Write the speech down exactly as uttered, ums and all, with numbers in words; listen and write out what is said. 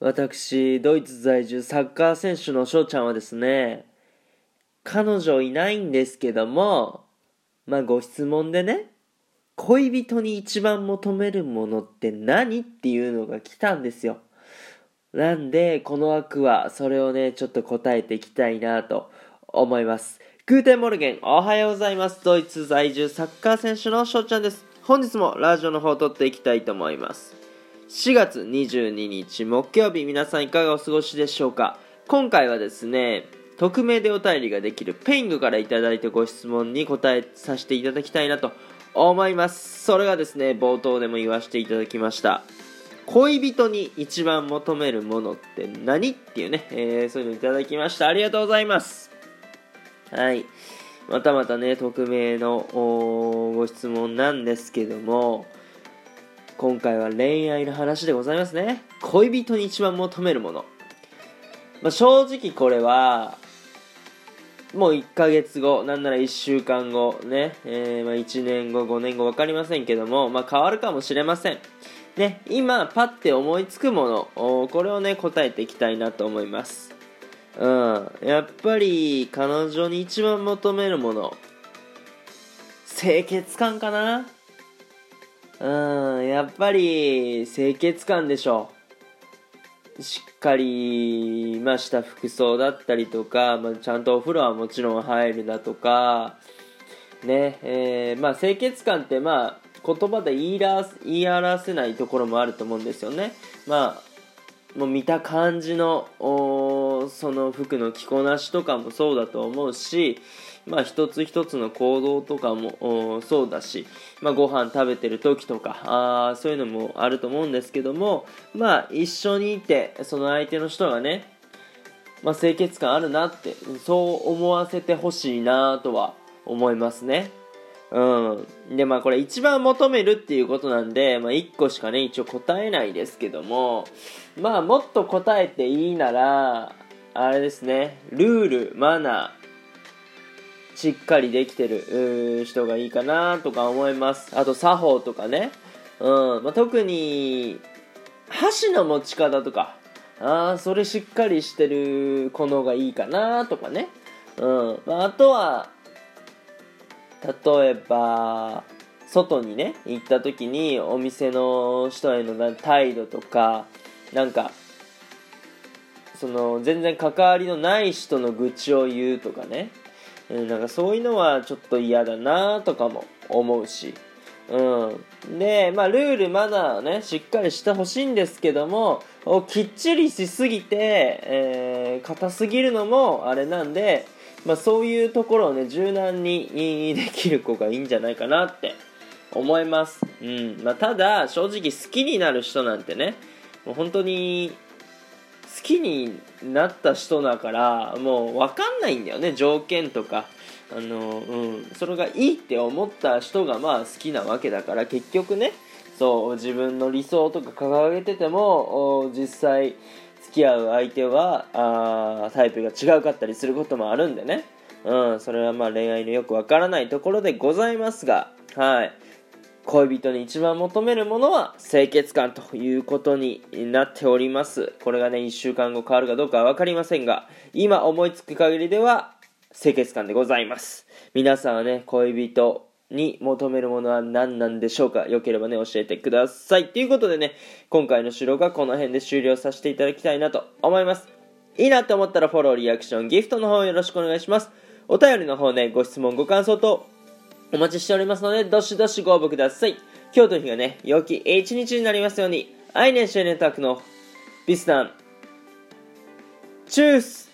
私、ドイツ在住サッカー選手の翔ちゃんはですね、彼女いないんですけども、まあご質問でね、恋人に一番求めるものって何っていうのが来たんですよ。なんで、この枠はそれをね、ちょっと答えていきたいなと思います。グーテンモルゲン、おはようございます。ドイツ在住サッカー選手の翔ちゃんです。本日もラジオの方を撮っていきたいと思います。しがつにじゅうににち木曜日、皆さんいかがお過ごしでしょうか。今回はですね、匿名でお便りができるペイングからいただいたご質問に答えさせていただきたいなと思います。それがですね、冒頭でも言わせていただきました恋人に一番求めるものって何っていうね、えー、そういうのいただきました。ありがとうございます。はい、またまたね、匿名のご質問なんですけども、今回は恋愛の話でございますね。恋人に一番求めるもの、まあ、正直これはもういっかげつご、なんならいっしゅうかんごね、えー、まあいちねんご、ごねんご分かりませんけども、まあ、変わるかもしれませんね。今パッて思いつくもの、これをね答えていきたいなと思います。うん、やっぱり彼女に一番求めるもの、清潔感かな。うん、やっぱり清潔感でしょう。しっかり、まあ、した服装だったりとか、まあ、ちゃんとお風呂はもちろん入るだとかね、えー、まあ清潔感ってまあ言葉で言いら言い表せないところもあると思うんですよね。まあもう見た感じのその服の着こなしとかもそうだと思うし、まあ一つ一つの行動とかもそうだし、まあご飯食べてる時とか、あそういうのもあると思うんですけども、まあ一緒にいてその相手の人がね、まあ清潔感あるなってそう思わせてほしいなとは思いますね。うん。で、まあこれ一番求めるっていうことなんで、まあいっこしかね、一応答えないですけども、まあもっと答えていいなら、あれですね、ルール、マナー、しっかりできてる人がいいかなとか思います。あと作法とかね。うん。まあ特に、箸の持ち方とか、ああ、それしっかりしてる子のがいいかなとかね。うん。まああとは、例えば外にね行った時にお店の人への態度とか、なんかその全然関わりのない人の愚痴を言うとかね、なんかそういうのはちょっと嫌だなとかも思うし、うん、でまあルールマナーねしっかりしてほしいんですけども、きっちりしすぎて、えー、硬すぎるのもあれなんで、まあ、そういうところをね柔軟にできる子がいいんじゃないかなって思います。うんまあ、ただ正直好きになる人なんてね、もう本当に好きになった人だからもう分かんないんだよね、条件とか。あの、うん、それがいいって思った人がまあ好きなわけだから、結局ね、そう自分の理想とか掲げてても実際付き合う相手はあタイプが違うかったりすることもあるんでね、うん、それはまあ恋愛のよくわからないところでございますが、はい、恋人に一番求めるものは清潔感ということになっております。これがねいっしゅうかんご変わるかどうかは分かりませんが、今思いつく限りでは清潔感でございます。皆さんはね恋人に求めるものは何なんでしょうか。よければね教えてください。ということでね、今回の収録はこの辺で終了させていただきたいなと思います。いいなと思ったらフォロー、リアクション、ギフトの方よろしくお願いします。お便りの方ね、ご質問ご感想とお待ちしておりますので、どしどしご応募ください。今日という日がね良き一日になりますように。アイネンシェネタクのビスタンチュース。